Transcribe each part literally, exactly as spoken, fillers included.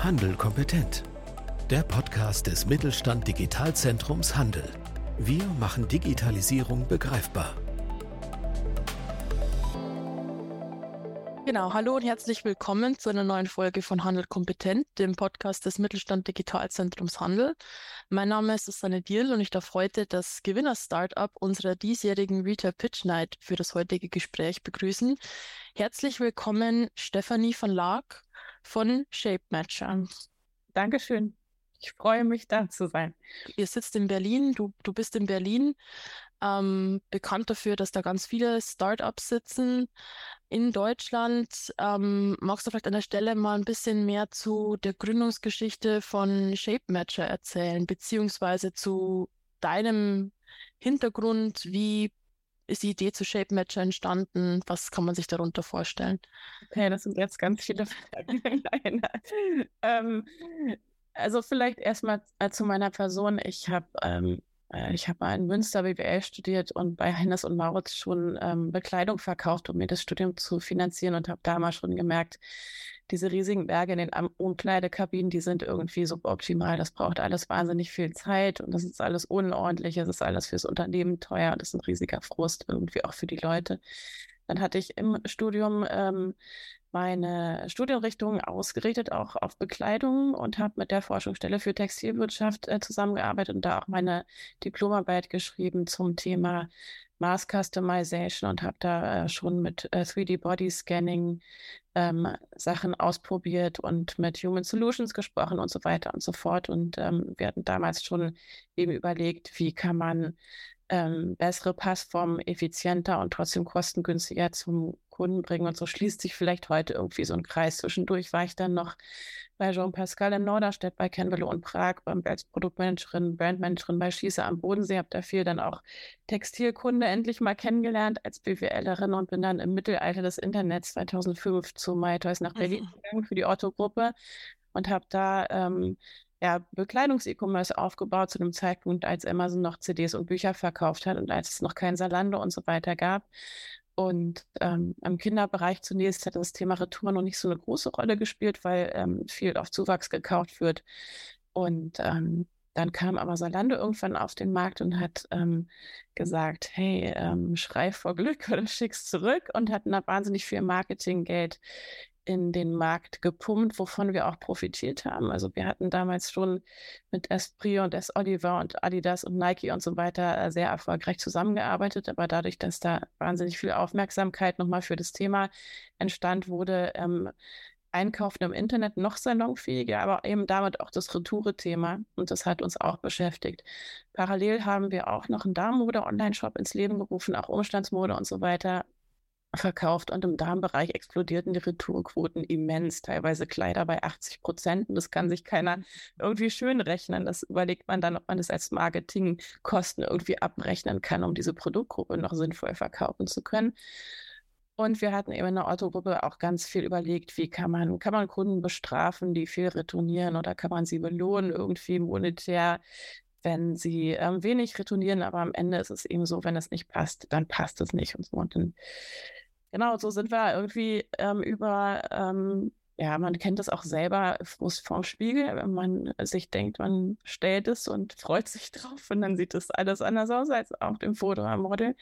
Handel kompetent. Der Podcast des Mittelstand Digitalzentrums Handel. Wir machen Digitalisierung begreifbar. Genau, hallo und herzlich willkommen zu einer neuen Folge von Handel kompetent, dem Podcast des Mittelstand Digitalzentrums Handel. Mein Name ist Susanne Dierl und ich darf heute das Gewinner-Startup unserer diesjährigen Retail Pitch Night für das heutige Gespräch begrüßen. Herzlich willkommen, Stefanie van Laak von ShapeMatcher. Dankeschön. Ich freue mich, da zu sein. Ihr sitzt in Berlin, du, du bist in Berlin, ähm, bekannt dafür, dass da ganz viele Startups sitzen in Deutschland. Ähm, magst du vielleicht an der Stelle mal ein bisschen mehr zu der Gründungsgeschichte von ShapeMatcher erzählen, beziehungsweise zu deinem Hintergrund? Wie ist die Idee zu ShapeMatcher entstanden? Was kann man sich darunter vorstellen? Okay, das sind jetzt ganz viele Fragen in einer. ähm, also vielleicht erstmal äh, zu meiner Person. Ich habe ähm, äh, ich habe in Münster B W L studiert und bei Hennes und Mauritz schon ähm, Bekleidung verkauft, um mir das Studium zu finanzieren, und habe damals schon gemerkt, diese riesigen Berge in den Umkleidekabinen, die sind irgendwie suboptimal. Das braucht alles wahnsinnig viel Zeit und das ist alles unordentlich. Es ist alles fürs Unternehmen teuer und das ist ein riesiger Frust irgendwie auch für die Leute. Dann hatte ich im Studium ähm, meine Studienrichtung ausgerichtet auch auf Bekleidung und habe mit der Forschungsstelle für Textilwirtschaft äh, zusammengearbeitet und da auch meine Diplomarbeit geschrieben zum Thema Mass Customization und habe da äh, schon mit äh, drei D Body Scanning ähm, Sachen ausprobiert und mit Human Solutions gesprochen und so weiter und so fort. Und ähm, wir hatten damals schon eben überlegt, wie kann man ähm, bessere Passformen effizienter und trotzdem kostengünstiger zum Kunden bringen. Und so schließt sich vielleicht heute irgendwie so ein Kreis. Zwischendurch war ich dann noch bei Jean-Pascal in Norderstedt, bei Kenvelo und Prag, als Produktmanagerin, Brandmanagerin bei Schieße am Bodensee, habe da viel dann auch Textilkunde endlich mal kennengelernt als BWLerin und bin dann im Mittelalter des Internets zweitausendfünf zu MyToys nach Berlin mhm. gegangen für die Otto-Gruppe und habe da ähm, ja, Bekleidungs-E-Commerce aufgebaut zu dem Zeitpunkt, als Amazon noch C Ds und Bücher verkauft hat und als es noch kein Zalando und so weiter gab. Und ähm, im Kinderbereich zunächst hat das Thema Retour noch nicht so eine große Rolle gespielt, weil ähm, viel auf Zuwachs gekauft wird. Und ähm, dann kam aber Zalando irgendwann auf den Markt und hat ähm, gesagt, hey, ähm, schrei vor Glück oder schick's zurück, und hatten da wahnsinnig viel Marketinggeld in den Markt gepumpt, wovon wir auch profitiert haben. Also wir hatten damals schon mit Esprit und S. Oliver und Adidas und Nike und so weiter sehr erfolgreich zusammengearbeitet. Aber dadurch, dass da wahnsinnig viel Aufmerksamkeit nochmal für das Thema entstand, wurde ähm, Einkaufen im Internet noch salonfähiger, aber eben damit auch das Retoure-Thema. Und das hat uns auch beschäftigt. Parallel haben wir auch noch einen Damenmode-Online-Shop ins Leben gerufen, auch Umstandsmode und so weiter verkauft, und im Damenbereich explodierten die Retourquoten immens, teilweise Kleider bei achtzig Prozent, und das kann sich keiner irgendwie schön rechnen. Das überlegt man dann, ob man das als Marketingkosten irgendwie abrechnen kann, um diese Produktgruppe noch sinnvoll verkaufen zu können. Und wir hatten eben in der Otto-Gruppe auch ganz viel überlegt, wie kann man, kann man Kunden bestrafen, die viel retournieren, oder kann man sie belohnen irgendwie monetär, wenn sie ähm, wenig retournieren, aber am Ende ist es eben so, wenn es nicht passt, dann passt es nicht und so. Und dann, genau, so sind wir irgendwie ähm, über, ähm, ja, man kennt das auch selber, Frust vorm Spiegel, wenn man sich denkt, man stellt es und freut sich drauf und dann sieht es alles anders aus als auf dem Foto am Model.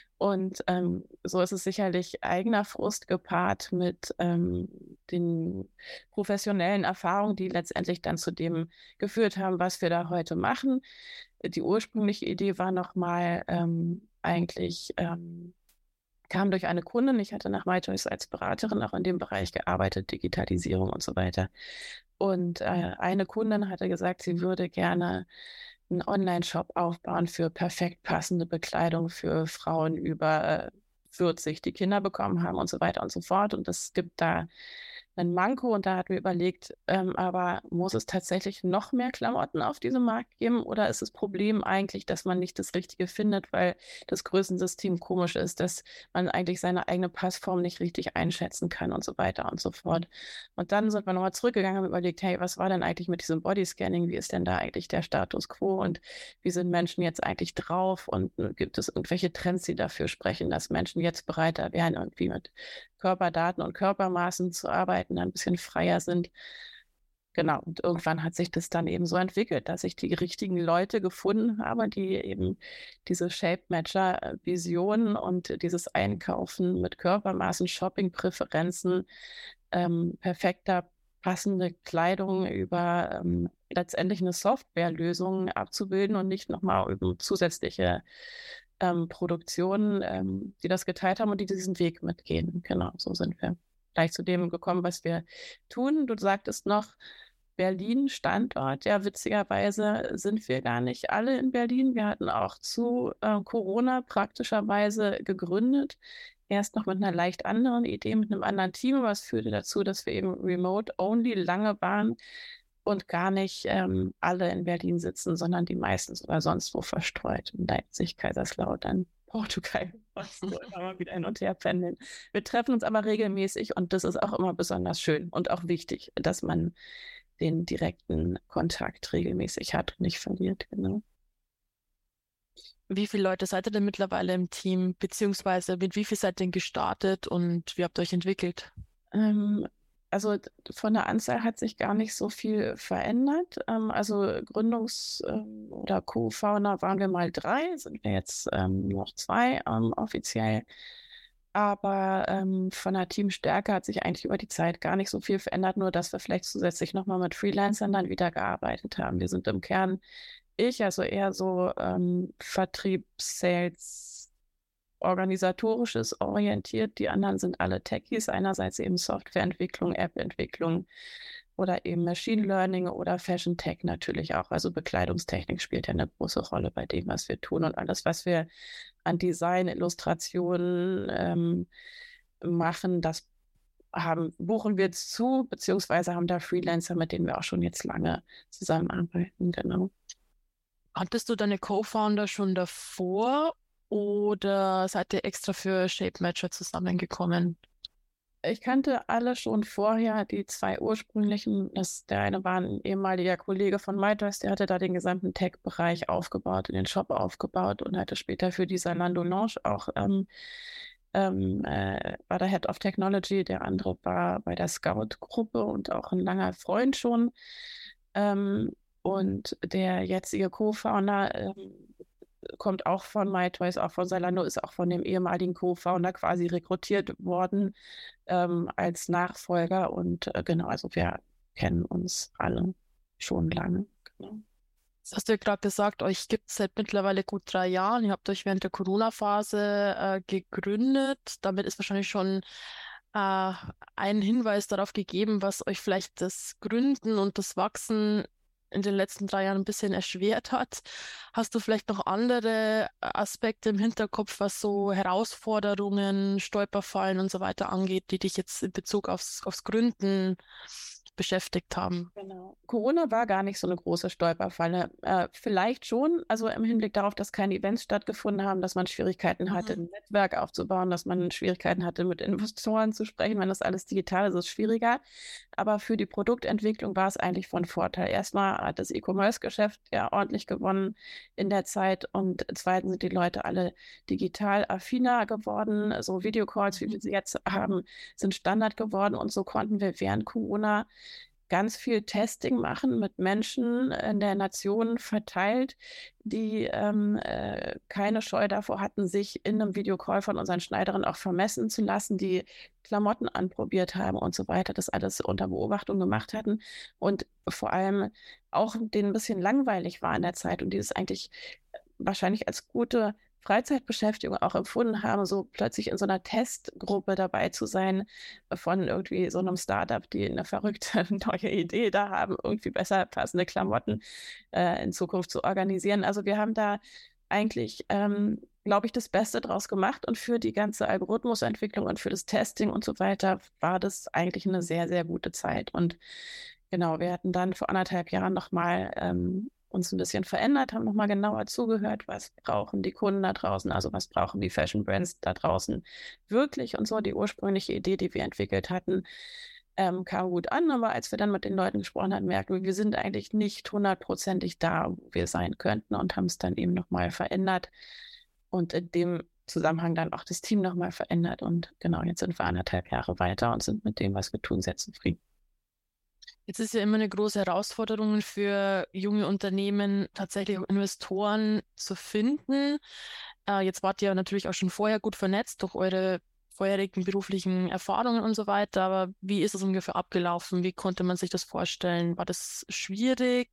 Und ähm, so ist es sicherlich eigener Frust gepaart mit ähm, den professionellen Erfahrungen, die letztendlich dann zu dem geführt haben, was wir da heute machen. Die ursprüngliche Idee war nochmal ähm, eigentlich, ähm, kam durch eine Kundin. Ich hatte nach MyToys als Beraterin auch in dem Bereich gearbeitet, Digitalisierung und so weiter. Und äh, eine Kundin hatte gesagt, sie würde gerne einen Online-Shop aufbauen für perfekt passende Bekleidung für Frauen über vierzig, die Kinder bekommen haben und so weiter und so fort. Und es gibt da ein Manko, und da hatten wir überlegt, ähm, aber muss es tatsächlich noch mehr Klamotten auf diesem Markt geben, oder ist das Problem eigentlich, dass man nicht das Richtige findet, weil das Größensystem komisch ist, dass man eigentlich seine eigene Passform nicht richtig einschätzen kann und so weiter und so fort. Und dann sind wir nochmal zurückgegangen und haben überlegt, hey, was war denn eigentlich mit diesem Bodyscanning? Wie ist denn da eigentlich der Status quo und wie sind Menschen jetzt eigentlich drauf, und gibt es irgendwelche Trends, die dafür sprechen, dass Menschen jetzt bereiter wären, irgendwie mit Körperdaten und Körpermaßen zu arbeiten, ein bisschen freier sind. genau, und irgendwann hat sich das dann eben so entwickelt, dass ich die richtigen Leute gefunden habe, die eben diese Shape-Matcher-Vision und dieses Einkaufen mit Körpermaßen, Shopping-Präferenzen, ähm, perfekter passende Kleidung über ähm, letztendlich eine Softwarelösung abzubilden und nicht nochmal über zusätzliche ähm, Produktionen, ähm, die das geteilt haben und die diesen Weg mitgehen. Genau, so sind wir gleich zu dem gekommen, was wir tun. Du sagtest noch, Berlin Standort. Ja, witzigerweise sind wir gar nicht alle in Berlin. Wir hatten auch zu äh, Corona praktischerweise gegründet. Erst noch mit einer leicht anderen Idee, mit einem anderen Team, aber es führte dazu, dass wir eben remote-only lange waren und gar nicht ähm, alle in Berlin sitzen, sondern die meisten sogar sonst wo verstreut. In Leipzig, Kaiserslautern, Portugal, so immer mal wieder hin und her pendeln. Wir treffen uns aber regelmäßig und das ist auch immer besonders schön und auch wichtig, dass man den direkten Kontakt regelmäßig hat und nicht verliert. Genau. Wie viele Leute seid ihr denn mittlerweile im Team, beziehungsweise mit wie viel seid ihr denn gestartet und wie habt ihr euch entwickelt? Ähm, also von der Anzahl hat sich gar nicht so viel verändert. Ähm, also Gründungs- ähm, oder Co-Founder waren wir mal drei, sind wir jetzt ähm, noch zwei ähm, offiziell. Aber ähm, von der Teamstärke hat sich eigentlich über die Zeit gar nicht so viel verändert, nur dass wir vielleicht zusätzlich nochmal mit Freelancern dann wieder gearbeitet haben. Wir sind im Kern ich, also eher so ähm, Vertrieb, Sales, organisatorisches orientiert. Die anderen sind alle Techies, einerseits eben Softwareentwicklung, App-Entwicklung oder eben Machine Learning oder Fashion Tech natürlich auch. Also Bekleidungstechnik spielt ja eine große Rolle bei dem, was wir tun und alles, was wir an Design, Illustrationen ähm, machen, das haben, buchen wir jetzt zu, beziehungsweise haben da Freelancer, mit denen wir auch schon jetzt lange zusammenarbeiten, genau. Hattest du deine Co-Founder schon davor oder seid ihr extra für Shape Matcher zusammengekommen? Ich kannte alle schon vorher, die zwei ursprünglichen. Das, der eine war ein ehemaliger Kollege von MyDress, der hatte da den gesamten Tech-Bereich aufgebaut, den Shop aufgebaut und hatte später für die Zalando Lounge auch ähm, ähm, äh, war der Head of Technology. Der andere war bei der Scout-Gruppe und auch ein langer Freund schon. Ähm, und der jetzige Co-Founder ähm, kommt auch von MyToys, auch von Zalando, ist auch von dem ehemaligen Co-Founder quasi rekrutiert worden ähm, als Nachfolger. Und äh, genau, also wir kennen uns alle schon lange. Genau. Das hast du ja gerade gesagt, euch gibt es seit mittlerweile gut drei Jahren. Ihr habt euch während der Corona-Phase äh, gegründet. Damit ist wahrscheinlich schon äh, ein Hinweis darauf gegeben, was euch vielleicht das Gründen und das Wachsen in den letzten drei Jahren ein bisschen erschwert hat. Hast du vielleicht noch andere Aspekte im Hinterkopf, was so Herausforderungen, Stolperfallen und so weiter angeht, die dich jetzt in Bezug aufs, aufs Gründen beschäftigt haben? Genau. Corona war gar nicht so eine große Stolperfalle. Äh, vielleicht schon, also im Hinblick darauf, dass keine Events stattgefunden haben, dass man Schwierigkeiten hatte, Mhm. ein Netzwerk aufzubauen, dass man Schwierigkeiten hatte, mit Investoren zu sprechen. Wenn das alles digital ist, ist es schwieriger. Aber für die Produktentwicklung war es eigentlich von Vorteil. Erstmal hat das E-Commerce-Geschäft ja ordentlich gewonnen in der Zeit und zweitens sind die Leute alle digital affiner geworden. So Videocalls, wie wir sie jetzt haben, sind Standard geworden und so konnten wir während Corona ganz viel Testing machen mit Menschen in der Nation verteilt, die ähm, äh, keine Scheu davor hatten, sich in einem Videocall von unseren Schneiderinnen auch vermessen zu lassen, die Klamotten anprobiert haben und so weiter, das alles unter Beobachtung gemacht hatten und vor allem auch denen ein bisschen langweilig war in der Zeit und die das eigentlich wahrscheinlich als gute Freizeitbeschäftigung auch empfunden haben, so plötzlich in so einer Testgruppe dabei zu sein von irgendwie so einem Startup, die eine verrückte neue Idee da haben, irgendwie besser passende Klamotten äh, in Zukunft zu organisieren. Also wir haben da eigentlich, ähm, glaube ich, das Beste draus gemacht und für die ganze Algorithmusentwicklung und für das Testing und so weiter war das eigentlich eine sehr, sehr gute Zeit. Und genau, wir hatten dann vor anderthalb Jahren nochmal ähm, uns ein bisschen verändert, haben nochmal genauer zugehört, was brauchen die Kunden da draußen, also was brauchen die Fashion Brands da draußen wirklich und so. Die ursprüngliche Idee, die wir entwickelt hatten, ähm, kam gut an, aber als wir dann mit den Leuten gesprochen haben, merken wir, wir sind eigentlich nicht hundertprozentig da, wo wir sein könnten und haben es dann eben nochmal verändert und in dem Zusammenhang dann auch das Team nochmal verändert und genau, jetzt sind wir anderthalb Jahre weiter und sind mit dem, was wir tun, sehr zufrieden. Jetzt ist ja immer eine große Herausforderung für junge Unternehmen, tatsächlich auch Investoren zu finden. Äh, jetzt wart ihr natürlich auch schon vorher gut vernetzt durch eure vorherigen beruflichen Erfahrungen und so weiter. Aber wie ist es ungefähr abgelaufen? Wie konnte man sich das vorstellen? War das schwierig?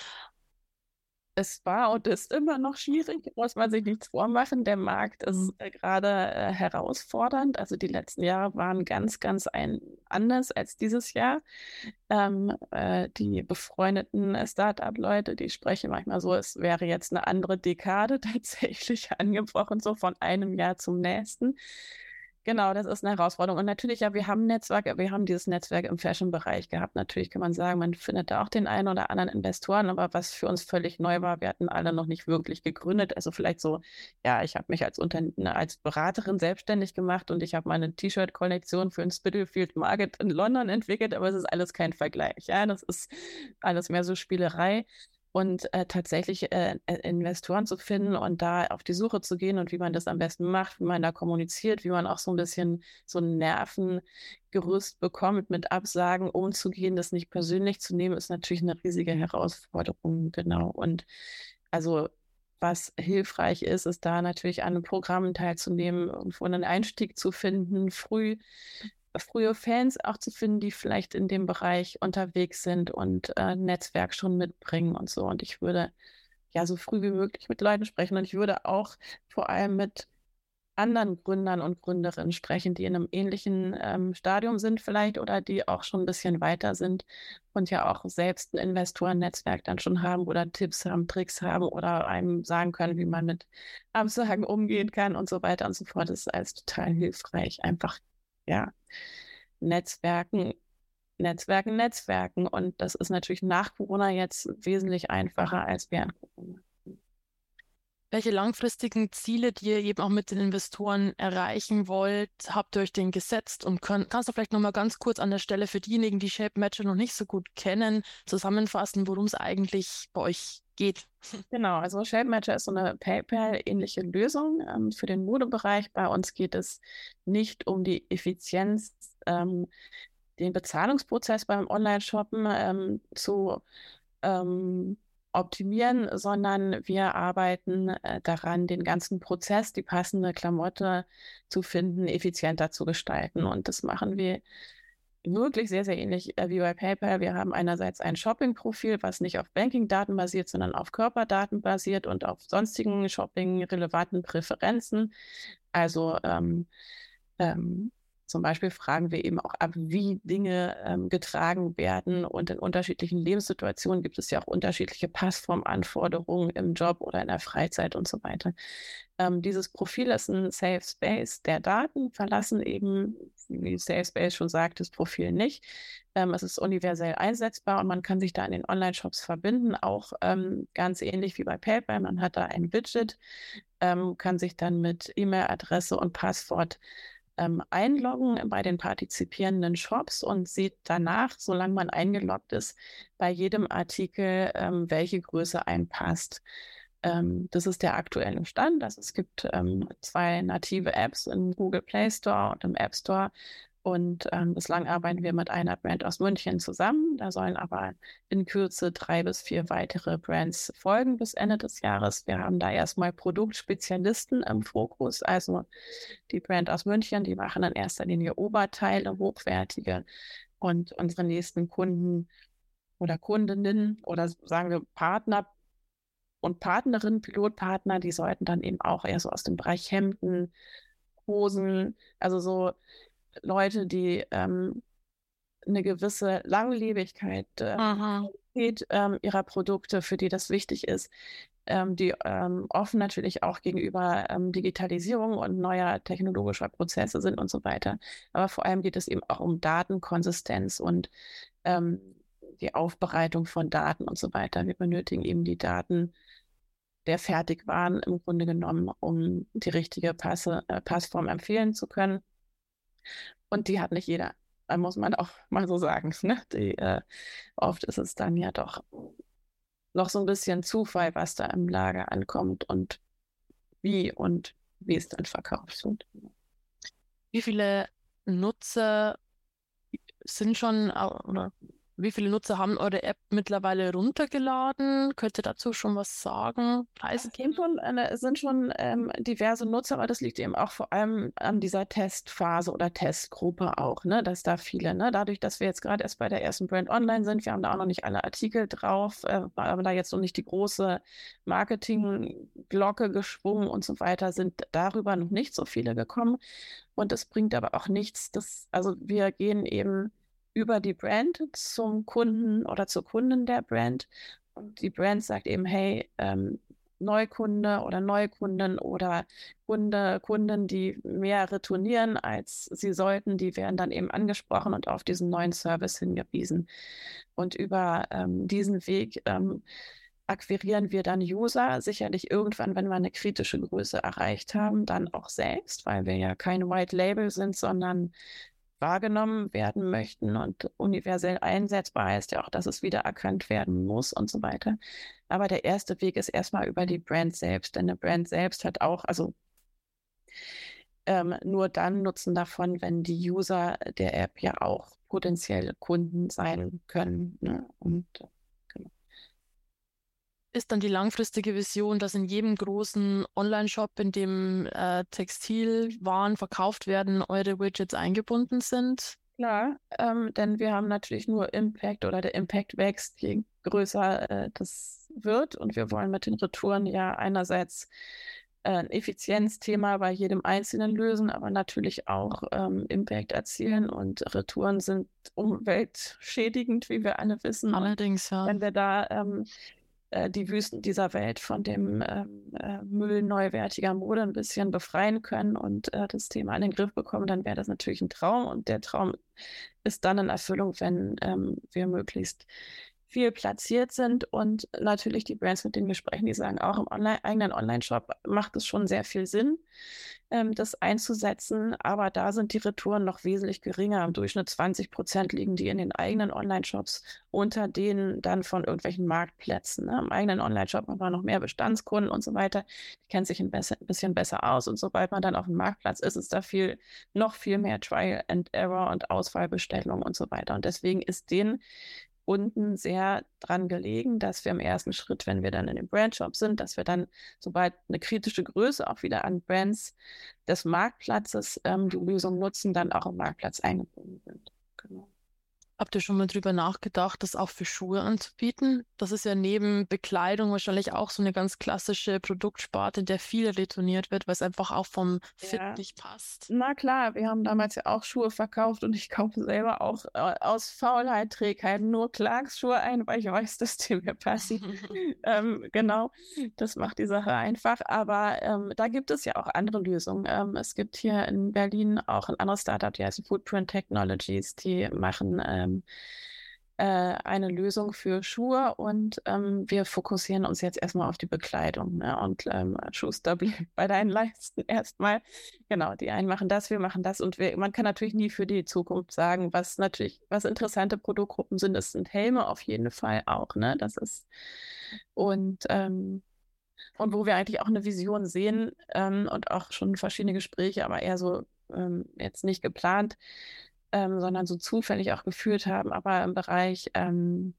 Es war und ist immer noch schwierig, muss man sich nichts vormachen. Der Markt ist äh, gerade äh, herausfordernd. Also die letzten Jahre waren ganz, ganz ein, anders als dieses Jahr. Ähm, äh, die befreundeten Start-up-Leute, die sprechen manchmal so, es wäre jetzt eine andere Dekade tatsächlich angebrochen, so von einem Jahr zum nächsten. Genau, das ist eine Herausforderung. Und natürlich, ja, wir haben ein Netzwerk, wir haben dieses Netzwerk im Fashion-Bereich gehabt. Natürlich kann man sagen, man findet da auch den einen oder anderen Investoren, aber was für uns völlig neu war, wir hatten alle noch nicht wirklich gegründet. Also vielleicht so, ja, ich habe mich als Unterne als Beraterin selbstständig gemacht und ich habe meine T-Shirt-Kollektion für ein Spitalfield Market in London entwickelt, aber es ist alles kein Vergleich. Ja, das ist alles mehr so Spielerei. Und äh, tatsächlich äh, Investoren zu finden und da auf die Suche zu gehen und wie man das am besten macht, wie man da kommuniziert, wie man auch so ein bisschen so ein Nervengerüst bekommt, mit Absagen umzugehen, das nicht persönlich zu nehmen, ist natürlich eine riesige Herausforderung, genau. Und also was hilfreich ist, ist da natürlich an den Programmen teilzunehmen, irgendwo einen Einstieg zu finden, früh frühe Fans auch zu finden, die vielleicht in dem Bereich unterwegs sind und äh, Netzwerk schon mitbringen und so. Und ich würde ja so früh wie möglich mit Leuten sprechen und ich würde auch vor allem mit anderen Gründern und Gründerinnen sprechen, die in einem ähnlichen ähm, Stadium sind vielleicht oder die auch schon ein bisschen weiter sind und ja auch selbst ein Investorennetzwerk dann schon haben oder Tipps haben, Tricks haben oder einem sagen können, wie man mit Absagen umgehen kann und so weiter und so fort. Das ist alles total hilfreich. Einfach, ja, Netzwerken, Netzwerken, Netzwerken. Und das ist natürlich nach Corona jetzt wesentlich einfacher als während Corona. Welche langfristigen Ziele, die ihr eben auch mit den Investoren erreichen wollt, habt ihr euch denn gesetzt? Und könnt, kannst du vielleicht nochmal ganz kurz an der Stelle für diejenigen, die Shape Matcher noch nicht so gut kennen, zusammenfassen, worum es eigentlich bei euch geht? Genau, also Shape Matcher ist so eine PayPal-ähnliche Lösung ähm, für den Modebereich. Bei uns geht es nicht um die Effizienz, ähm, den Bezahlungsprozess beim Online-Shoppen ähm, zu ähm, optimieren, sondern wir arbeiten äh, daran, den ganzen Prozess, die passende Klamotte zu finden, effizienter zu gestalten. Und das machen wir wirklich sehr, sehr ähnlich äh, wie bei PayPal. Wir haben einerseits ein Shopping-Profil, was nicht auf Banking-Daten basiert, sondern auf Körperdaten basiert und auf sonstigen Shopping-relevanten Präferenzen. Also ähm, ähm, zum Beispiel fragen wir eben auch ab, wie Dinge ähm, getragen werden. Und in unterschiedlichen Lebenssituationen gibt es ja auch unterschiedliche Passformanforderungen im Job oder in der Freizeit und so weiter. Ähm, dieses Profil ist ein Safe Space der Daten, verlassen eben, wie Safe Space schon sagt, das Profil nicht. Ähm, es ist universell einsetzbar und man kann sich da in den Online-Shops verbinden, auch ähm, ganz ähnlich wie bei PayPal. Man hat da ein Widget, ähm, kann sich dann mit E-Mail-Adresse und Passwort ähm, einloggen bei den partizipierenden Shops und sieht danach, solange man eingeloggt ist, bei jedem Artikel, ähm, welche Größe einem passt. Ähm, das ist der aktuelle Stand. Also es gibt ähm, zwei native Apps im Google Play Store und im App Store. Und ähm, bislang arbeiten wir mit einer Brand aus München zusammen. Da sollen aber in Kürze drei bis vier weitere Brands folgen bis Ende des Jahres. Wir haben da erstmal Produktspezialisten im Fokus. Also die Brand aus München, die machen in erster Linie Oberteile, hochwertige. Und unsere nächsten Kunden oder Kundinnen oder sagen wir Partner und Partnerinnen, Pilotpartner, die sollten dann eben auch eher so aus dem Bereich Hemden, Hosen, also so Leute, die ähm, eine gewisse Langlebigkeit äh, ähm, ihrer Produkte, für die das wichtig ist, ähm, die ähm, offen natürlich auch gegenüber ähm, Digitalisierung und neuer technologischer Prozesse sind und so weiter. Aber vor allem geht es eben auch um Datenkonsistenz und ähm, die Aufbereitung von Daten und so weiter. Wir benötigen eben die Daten der Fertigwaren im Grunde genommen, um die richtige Passe, äh, Passform empfehlen zu können. Und die hat nicht jeder. Da muss man auch mal so sagen. Ne? Die, äh, oft ist es dann ja doch noch so ein bisschen Zufall, was da im Lager ankommt und wie und wie es dann verkauft wird. Wie viele Nutzer sind schon, oder Wie viele Nutzer haben eure App mittlerweile runtergeladen? Könnt ihr dazu schon was sagen? Es sind schon, äh, es sind schon ähm, diverse Nutzer, aber das liegt eben auch vor allem an dieser Testphase oder Testgruppe auch, ne, dass da viele, ne, dadurch, dass wir jetzt gerade erst bei der ersten Brand online sind, wir haben da auch noch nicht alle Artikel drauf, äh, aber da jetzt noch nicht die große Marketingglocke geschwungen und so weiter, sind darüber noch nicht so viele gekommen. Und es bringt aber auch nichts, dass, also wir gehen eben über die Brand zum Kunden oder zur Kundin der Brand. Und die Brand sagt eben, hey, ähm, Neukunde oder Neukundin oder Kunde, Kunden, die mehr retournieren, als sie sollten, die werden dann eben angesprochen und auf diesen neuen Service hingewiesen. Und über ähm, diesen Weg ähm, akquirieren wir dann User, sicherlich irgendwann, wenn wir eine kritische Größe erreicht haben, dann auch selbst, weil wir ja kein White Label sind, sondern wahrgenommen werden möchten und universell einsetzbar heißt ja auch, dass es wieder erkannt werden muss und so weiter. Aber der erste Weg ist erstmal über die Brand selbst, denn eine Brand selbst hat auch, also ähm, nur dann Nutzen davon, wenn die User der App ja auch potenzielle Kunden sein können. Ne? Und äh, genau. Ist dann die langfristige Vision, dass in jedem großen Online-Shop, in dem äh, Textilwaren verkauft werden, eure Widgets eingebunden sind? Klar, ähm, denn wir haben natürlich nur Impact oder der Impact wächst, je größer äh, das wird. Und wir wollen mit den Retouren ja einerseits äh, ein Effizienzthema bei jedem Einzelnen lösen, aber natürlich auch ähm, Impact erzielen. Und Retouren sind umweltschädigend, wie wir alle wissen. Allerdings, ja. Wenn wir da ähm, die Wüsten dieser Welt von dem ähm, äh, Müll neuwertiger Mode ein bisschen befreien können und äh, das Thema in den Griff bekommen, dann wäre das natürlich ein Traum. Und der Traum ist dann in Erfüllung, wenn ähm, wir möglichst viel platziert sind. Und natürlich die Brands, mit denen wir sprechen, die sagen auch, im Online eigenen Online-Shop macht es schon sehr viel Sinn, ähm, das einzusetzen. Aber da sind die Retouren noch wesentlich geringer. Im Durchschnitt zwanzig Prozent liegen die in den eigenen Online-Shops unter denen dann von irgendwelchen Marktplätzen. Ne? Im eigenen Online-Shop haben wir noch mehr Bestandskunden und so weiter. Die kennen sich ein, besser, ein bisschen besser aus. Und sobald man dann auf dem Marktplatz ist, ist da viel, noch viel mehr Trial and Error und Auswahlbestellung und so weiter. Und deswegen ist den unten sehr dran gelegen, dass wir im ersten Schritt, wenn wir dann in dem Brandshop sind, dass wir dann, sobald eine kritische Größe auch wieder an Brands des Marktplatzes ähm, die Lösung nutzen, dann auch im Marktplatz eingebunden sind. Genau. Habt ihr schon mal drüber nachgedacht, das auch für Schuhe anzubieten? Das ist ja neben Bekleidung wahrscheinlich auch so eine ganz klassische Produktsparte, in der viel retourniert wird, weil es einfach auch vom Fit Ja. nicht passt. Na klar, wir haben damals ja auch Schuhe verkauft und ich kaufe selber auch äh, aus Faulheit, Trägheit nur Clarks-Schuhe ein, weil ich weiß, dass die mir passen. ähm, genau, das macht die Sache einfach. Aber ähm, da gibt es ja auch andere Lösungen. Ähm, es gibt hier in Berlin auch ein anderes Startup, die heißt Footprint Technologies, die machen ähm, äh, eine Lösung für Schuhe und ähm, wir fokussieren uns jetzt erstmal auf die Bekleidung. Ne? Und ähm, Schuster blieb bei deinen Leisten erstmal. Genau, die einen machen das, wir machen das und wir, man kann natürlich nie für die Zukunft sagen, was natürlich, was interessante Produktgruppen sind. Das sind Helme auf jeden Fall auch, ne? Das ist und ähm, und wo wir eigentlich auch eine Vision sehen ähm, und auch schon verschiedene Gespräche, aber eher so ähm, jetzt nicht geplant, ähm, sondern so zufällig auch geführt haben, aber im Bereich ähm,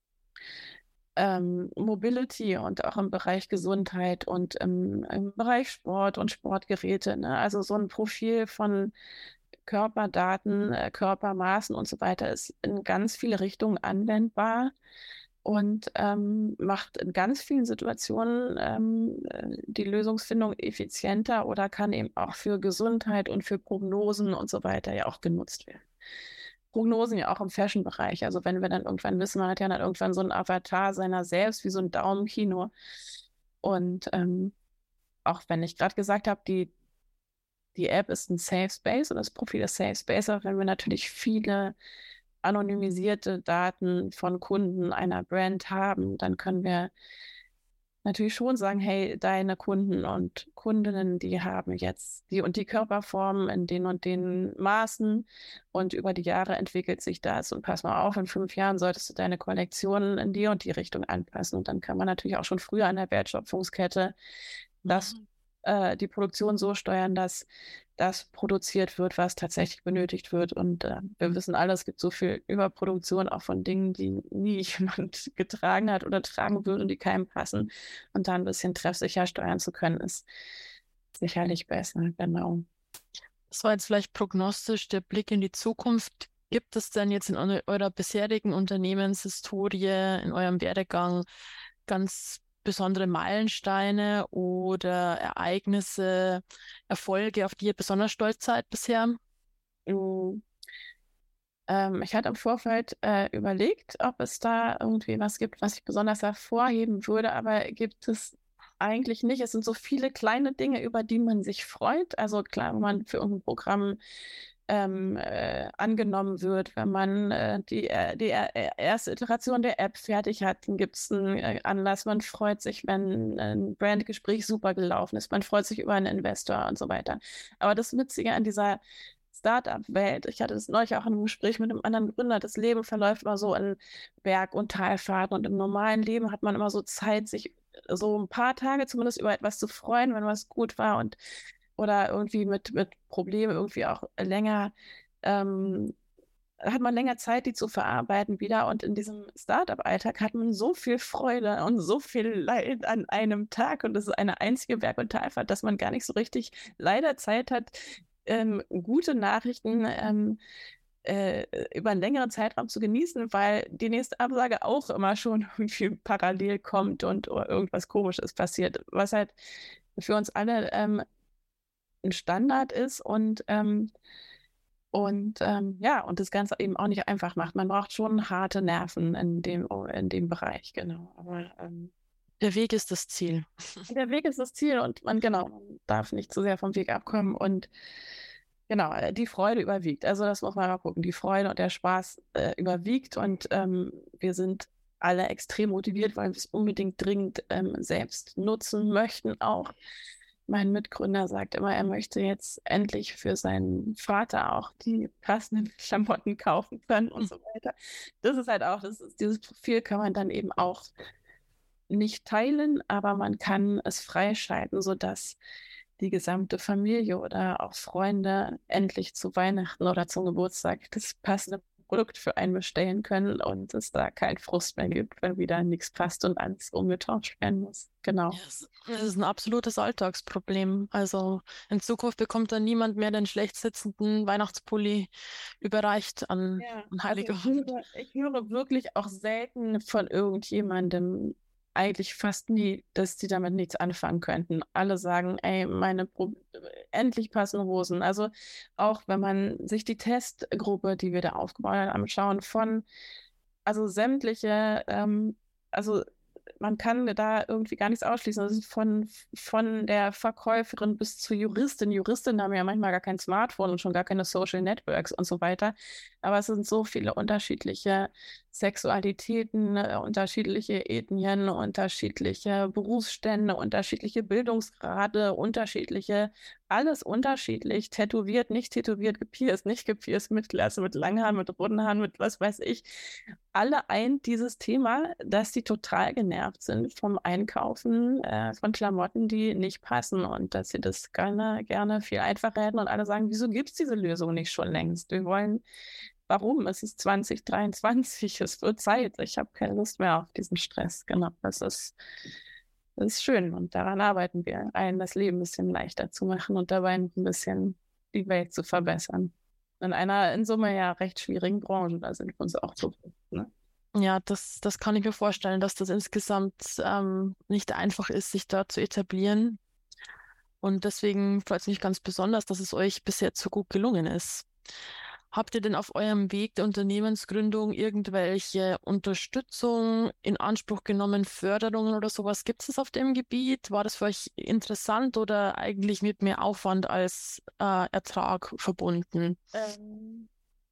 ähm, Mobility und auch im Bereich Gesundheit und im, im Bereich Sport und Sportgeräte. Ne? Also so ein Profil von Körperdaten, äh, Körpermaßen und so weiter ist in ganz viele Richtungen anwendbar und ähm, macht in ganz vielen Situationen ähm, die Lösungsfindung effizienter oder kann eben auch für Gesundheit und für Prognosen und so weiter ja auch genutzt werden. Prognosen ja auch im Fashion-Bereich. Also wenn wir dann irgendwann wissen, man hat ja dann irgendwann so ein Avatar seiner selbst, wie so ein Daumenkino. Und ähm, auch wenn ich gerade gesagt habe, die, die App ist ein Safe Space oder das Profil ist Safe Space, aber wenn wir natürlich viele anonymisierte Daten von Kunden einer Brand haben, dann können wir natürlich schon sagen, hey, deine Kunden und Kundinnen, die haben jetzt die und die Körperformen in den und den Maßen und über die Jahre entwickelt sich das und pass mal auf, in fünf Jahren solltest du deine Kollektion in die und die Richtung anpassen und dann kann man natürlich auch schon früher an der Wertschöpfungskette das Mhm. äh, die Produktion so steuern, dass das produziert wird, was tatsächlich benötigt wird. Und äh, wir wissen alle, es gibt so viel Überproduktion auch von Dingen, die nie jemand getragen hat oder tragen würde und die keinem passen. Und da ein bisschen treffsicher steuern zu können, ist sicherlich besser. Genau. Das war jetzt vielleicht prognostisch der Blick in die Zukunft. Gibt es denn jetzt in eu- eurer bisherigen Unternehmenshistorie, in eurem Werdegang ganz besondere Meilensteine oder Ereignisse, Erfolge, auf die ihr besonders stolz seid bisher? Mm, ähm, ich hatte im Vorfeld äh, überlegt, ob es da irgendwie was gibt, was ich besonders hervorheben würde, aber gibt es eigentlich nicht. Es sind so viele kleine Dinge, über die man sich freut. Also klar, wenn man für irgendein Programm ähm, äh, angenommen wird, wenn man äh, die, äh, die äh, erste Iteration der App fertig hat, dann gibt es einen äh, Anlass. Man freut sich, wenn ein Brandgespräch super gelaufen ist. Man freut sich über einen Investor und so weiter. Aber das Witzige an dieser Startup-Welt, ich hatte das neulich auch in einem Gespräch mit einem anderen Gründer, das Leben verläuft immer so in Berg- und Talfahrten und im normalen Leben hat man immer so Zeit, sich so ein paar Tage zumindest über etwas zu freuen, wenn was gut war und oder irgendwie mit, mit Problemen irgendwie auch länger, ähm, hat man länger Zeit, die zu verarbeiten wieder. Und in diesem Startup-Alltag hat man so viel Freude und so viel Leid an einem Tag. Und das ist eine einzige Berg- und Talfahrt, dass man gar nicht so richtig leider Zeit hat, ähm, gute Nachrichten ähm, äh, über einen längeren Zeitraum zu genießen, weil die nächste Absage auch immer schon irgendwie parallel kommt und oder irgendwas Komisches passiert, was halt für uns alle ähm, ein Standard ist und, ähm, und ähm, ja, und das Ganze eben auch nicht einfach macht. Man braucht schon harte Nerven in dem, in dem Bereich, genau. Aber ähm, Der Weg ist das Ziel. der Weg ist das Ziel und man, genau, man darf nicht zu sehr vom Weg abkommen und genau, äh, die Freude überwiegt. Also das muss man mal gucken. Die Freude und der Spaß äh, überwiegt und ähm, wir sind alle extrem motiviert, weil wir es unbedingt dringend ähm, selbst nutzen möchten auch. Mein Mitgründer sagt immer, er möchte jetzt endlich für seinen Vater auch die passenden Klamotten kaufen können und so weiter. Das ist halt auch, das ist, dieses Profil kann man dann eben auch nicht teilen, aber man kann es freischalten, sodass die gesamte Familie oder auch Freunde endlich zu Weihnachten oder zum Geburtstag das passende Produkt für einen bestellen können und es da keinen Frust mehr gibt, wenn wieder nichts passt und alles umgetauscht werden muss. Genau. Ja, es es ist ein absolutes Alltagsproblem. Also in Zukunft bekommt dann niemand mehr den schlecht sitzenden Weihnachtspulli überreicht an, Ja, an also ich Heiligabend. höre, ich höre wirklich auch selten von irgendjemandem, eigentlich fast nie, dass die damit nichts anfangen könnten. Alle sagen, ey, meine Pro endlich passen Hosen. Also auch wenn man sich die Testgruppe, die wir da aufgebaut haben, anschauen, von, also sämtliche, ähm, also man kann da irgendwie gar nichts ausschließen. Das ist von, von der Verkäuferin bis zur Juristin. Juristen haben ja manchmal gar kein Smartphone und schon gar keine Social Networks und so weiter. Aber es sind so viele unterschiedliche Sexualitäten, äh, unterschiedliche Ethnien, unterschiedliche Berufsstände, unterschiedliche Bildungsgrade, unterschiedliche, alles unterschiedlich, tätowiert, nicht tätowiert, gepierst, nicht gepierst, mit Glatze, mit langen Haaren, mit runden Haaren, mit was weiß ich. Alle eint dieses Thema, dass sie total genervt sind vom Einkaufen äh, von Klamotten, die nicht passen und dass sie das gerne, gerne viel einfacher hätten und alle sagen, wieso gibt es diese Lösung nicht schon längst? Wir wollen, warum? Es ist zwanzig dreiundzwanzig, es wird Zeit. Ich habe keine Lust mehr auf diesen Stress. Genau, das ist, das ist schön und daran arbeiten wir, allen das Leben ein bisschen leichter zu machen und dabei ein bisschen die Welt zu verbessern. In einer in Summe ja recht schwierigen Branche, da sind wir uns auch so, ne? Ja, das, das kann ich mir vorstellen, dass das insgesamt ähm, nicht einfach ist, sich da zu etablieren. Und deswegen freut es mich ganz besonders, dass es euch bisher so gut gelungen ist. Habt ihr denn auf eurem Weg der Unternehmensgründung irgendwelche Unterstützung in Anspruch genommen, Förderungen oder sowas? Gibt es auf dem Gebiet? War das für euch interessant oder eigentlich mit mehr Aufwand als äh, Ertrag verbunden? Ähm,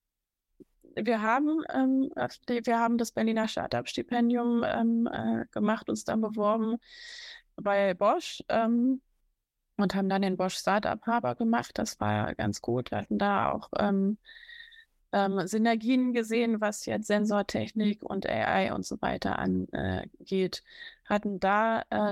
wir haben, ähm, wir haben das Berliner Startup-Stipendium ähm, äh, gemacht, uns dann beworben bei Bosch ähm, und haben dann den Bosch Startup Harbor gemacht. Das war ganz gut. Wir hatten da auch ähm, ähm, Synergien gesehen, was jetzt Sensortechnik und A I und so weiter angeht. Hatten da äh,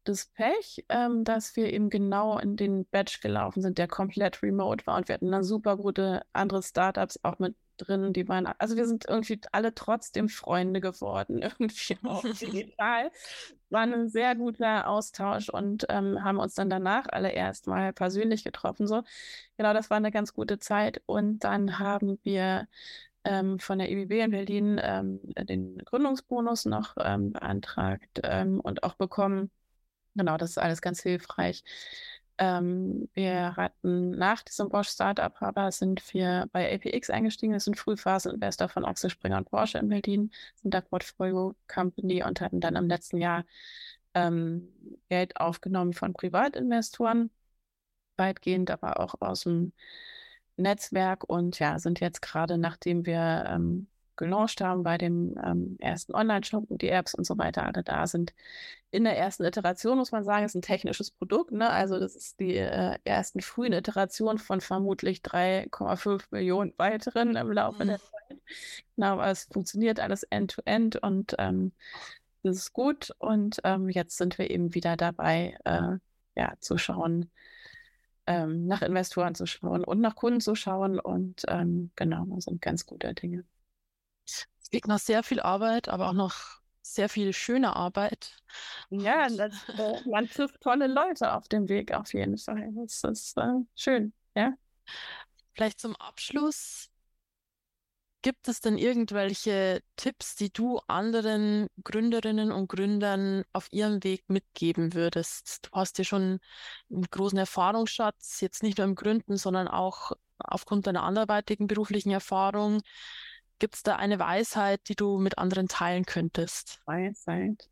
das Pech, ähm, dass wir eben genau in den Batch gelaufen sind, der komplett remote war. Und wir hatten dann super gute andere Startups auch mit drin, die waren, also wir sind irgendwie alle trotzdem Freunde geworden, irgendwie auch digital. War ein sehr guter Austausch und ähm, haben uns dann danach alle erstmal persönlich getroffen. So. Genau, das war eine ganz gute Zeit. Und dann haben wir ähm, von der E B B in Berlin ähm, den Gründungsbonus noch ähm, beantragt ähm, und auch bekommen. Genau, das ist alles ganz hilfreich. Ähm, wir hatten nach diesem Bosch Startup aber sind wir bei A P X eingestiegen. Das sind Frühphasen-Investor von Axel Springer und Porsche in Berlin, sind da Portfolio Company und hatten dann im letzten Jahr ähm, Geld aufgenommen von Privatinvestoren, weitgehend aber auch aus dem Netzwerk und ja, sind jetzt gerade, nachdem wir ähm, gelauncht haben bei dem ähm, ersten Online-Shop und die Apps und so weiter alle da sind. In der ersten Iteration muss man sagen, ist ein technisches Produkt, ne? Also das ist die äh, ersten frühen Iterationen von vermutlich drei Komma fünf Millionen weiteren im Laufe mhm. der Zeit. Genau, aber es funktioniert alles End-to-End und ähm, das ist gut. Und ähm, jetzt sind wir eben wieder dabei, äh, ja, zu schauen, ähm, nach Investoren zu schauen und nach Kunden zu schauen. Und ähm, genau, das sind ganz gute Dinge. Es klingt nach sehr viel Arbeit, aber auch noch sehr viel schöne Arbeit. Ja, das, äh, man trifft tolle Leute auf dem Weg auf jeden Fall. Das ist äh, schön, ja. Vielleicht zum Abschluss, gibt es denn irgendwelche Tipps, die du anderen Gründerinnen und Gründern auf ihrem Weg mitgeben würdest? Du hast ja schon einen großen Erfahrungsschatz, jetzt nicht nur im Gründen, sondern auch aufgrund deiner anderweitigen beruflichen Erfahrung. Gibt es da eine Weisheit, die du mit anderen teilen könntest? Weisheit.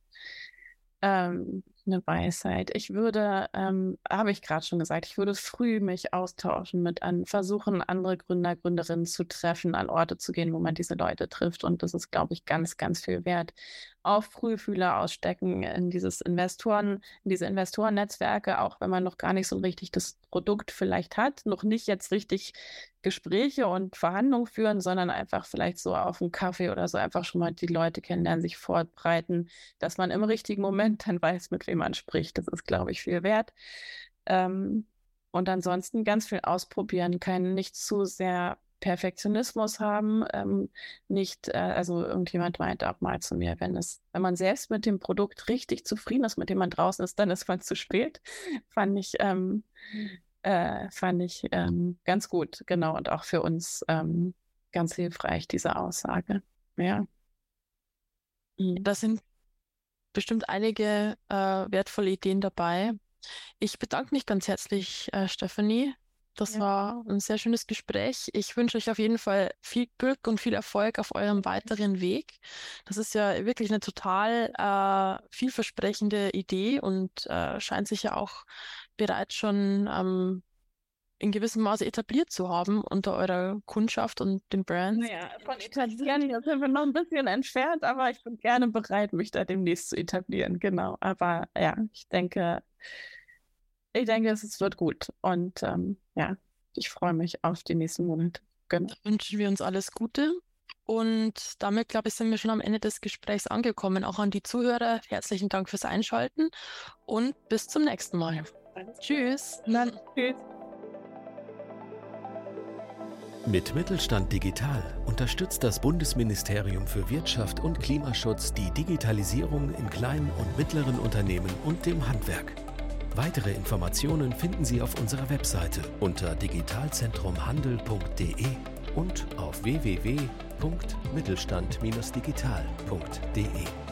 Ähm, eine Weisheit. Ich würde, ähm, habe ich gerade schon gesagt, ich würde früh mich austauschen mit an, versuchen, andere Gründer, Gründerinnen zu treffen, an Orte zu gehen, wo man diese Leute trifft. Und das ist, glaube ich, ganz, ganz viel wert. Auf Frühfühler ausstecken in dieses Investoren, in diese Investorennetzwerke, auch wenn man noch gar nicht so richtig das Produkt vielleicht hat, noch nicht jetzt richtig Gespräche und Verhandlungen führen, sondern einfach vielleicht so auf einen Kaffee oder so einfach schon mal die Leute kennenlernen, sich fortbreiten, dass man im richtigen Moment dann weiß, mit wem man spricht. Das ist, glaube ich, viel wert. Ähm, und ansonsten ganz viel ausprobieren, kein nicht zu sehr Perfektionismus haben, ähm, nicht, äh, also irgendjemand meint auch mal zu mir, wenn es, wenn man selbst mit dem Produkt richtig zufrieden ist, mit dem man draußen ist, dann ist man zu spät. Fand ich, ähm, äh, fand ich ähm, ganz gut, genau, und auch für uns ähm, ganz hilfreich, diese Aussage. Ja. Da sind bestimmt einige äh, wertvolle Ideen dabei. Ich bedanke mich ganz herzlich, äh, Stefanie. Das ja. war ein sehr schönes Gespräch. Ich wünsche euch auf jeden Fall viel Glück und viel Erfolg auf eurem weiteren Weg. Das ist ja wirklich eine total äh, vielversprechende Idee und äh, scheint sich ja auch bereits schon ähm, in gewissem Maße etabliert zu haben unter eurer Kundschaft und dem Brand. Naja, von etablieren sind wir noch ein bisschen entfernt, aber ich bin gerne bereit, mich da demnächst zu etablieren. Genau, aber ja, ich denke... Ich denke, es wird gut und ähm, ja, ich freue mich auf die nächsten Monate. Genau. Da wünschen wir uns alles Gute und damit, glaube ich, sind wir schon am Ende des Gesprächs angekommen. Auch an die Zuhörer, herzlichen Dank fürs Einschalten und bis zum nächsten Mal. Alles Tschüss. Dann, tschüss. Mit Mittelstand Digital unterstützt das Bundesministerium für Wirtschaft und Klimaschutz die Digitalisierung in kleinen und mittleren Unternehmen und dem Handwerk. Weitere Informationen finden Sie auf unserer Webseite unter digitalzentrum handel punkt de und auf w w w punkt mittelstand digital punkt de.